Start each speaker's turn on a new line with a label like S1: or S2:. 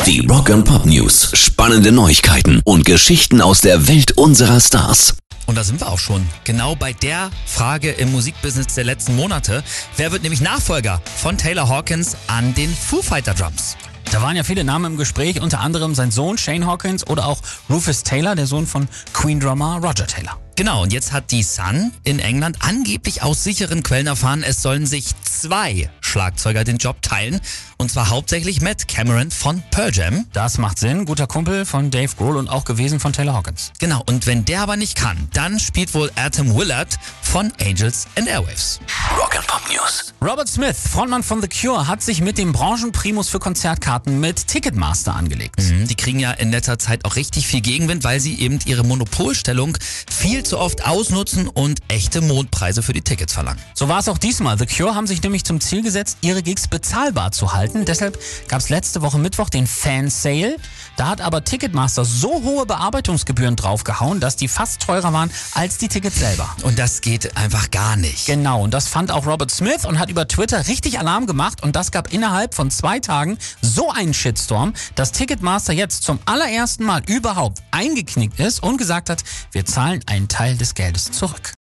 S1: Die Rock & Pop News. Spannende Neuigkeiten und Geschichten aus der Welt unserer Stars.
S2: Und da sind wir auch schon. Genau bei der Frage im Musikbusiness der letzten Monate. Wer wird nämlich Nachfolger von Taylor Hawkins an den Foo Fighter Drums?
S3: Da waren ja viele Namen im Gespräch, unter anderem sein Sohn Shane Hawkins oder auch Rufus Taylor, der Sohn von Queen-Drummer Roger Taylor.
S2: Genau, und jetzt hat die Sun in England angeblich aus sicheren Quellen erfahren, es sollen sich 2 Schlagzeuger den Job teilen. Und zwar hauptsächlich Matt Cameron von Pearl Jam.
S3: Das macht Sinn, guter Kumpel von Dave Grohl und auch gewesen von Taylor Hawkins.
S2: Genau, und wenn der aber nicht kann, dann spielt wohl Atom Willard von Angels and Airwaves.
S1: Rock & Pop News.
S3: Robert Smith, Frontmann von The Cure, hat sich mit dem Branchenprimus für Konzertkarten mit Ticketmaster angelegt.
S2: Die kriegen ja in letzter Zeit auch richtig viel Gegenwind, weil sie eben ihre Monopolstellung viel zu oft ausnutzen und echte Mondpreise für die Tickets verlangen.
S3: So war es auch diesmal. The Cure haben sich nämlich zum Ziel gesetzt, ihre Gigs bezahlbar zu halten. Deshalb gab es letzte Woche Mittwoch den Fan-Sale. Da hat aber Ticketmaster so hohe Bearbeitungsgebühren draufgehauen, dass die fast teurer waren als die Tickets selber.
S2: Und das geht einfach gar nicht.
S3: Genau, und das fand auch Robert Smith und hat über Twitter richtig Alarm gemacht. Und das gab innerhalb von 2 Tagen so einen Shitstorm, dass Ticketmaster jetzt zum allerersten Mal überhaupt eingeknickt ist und gesagt hat, wir zahlen einen Teil des Geldes zurück.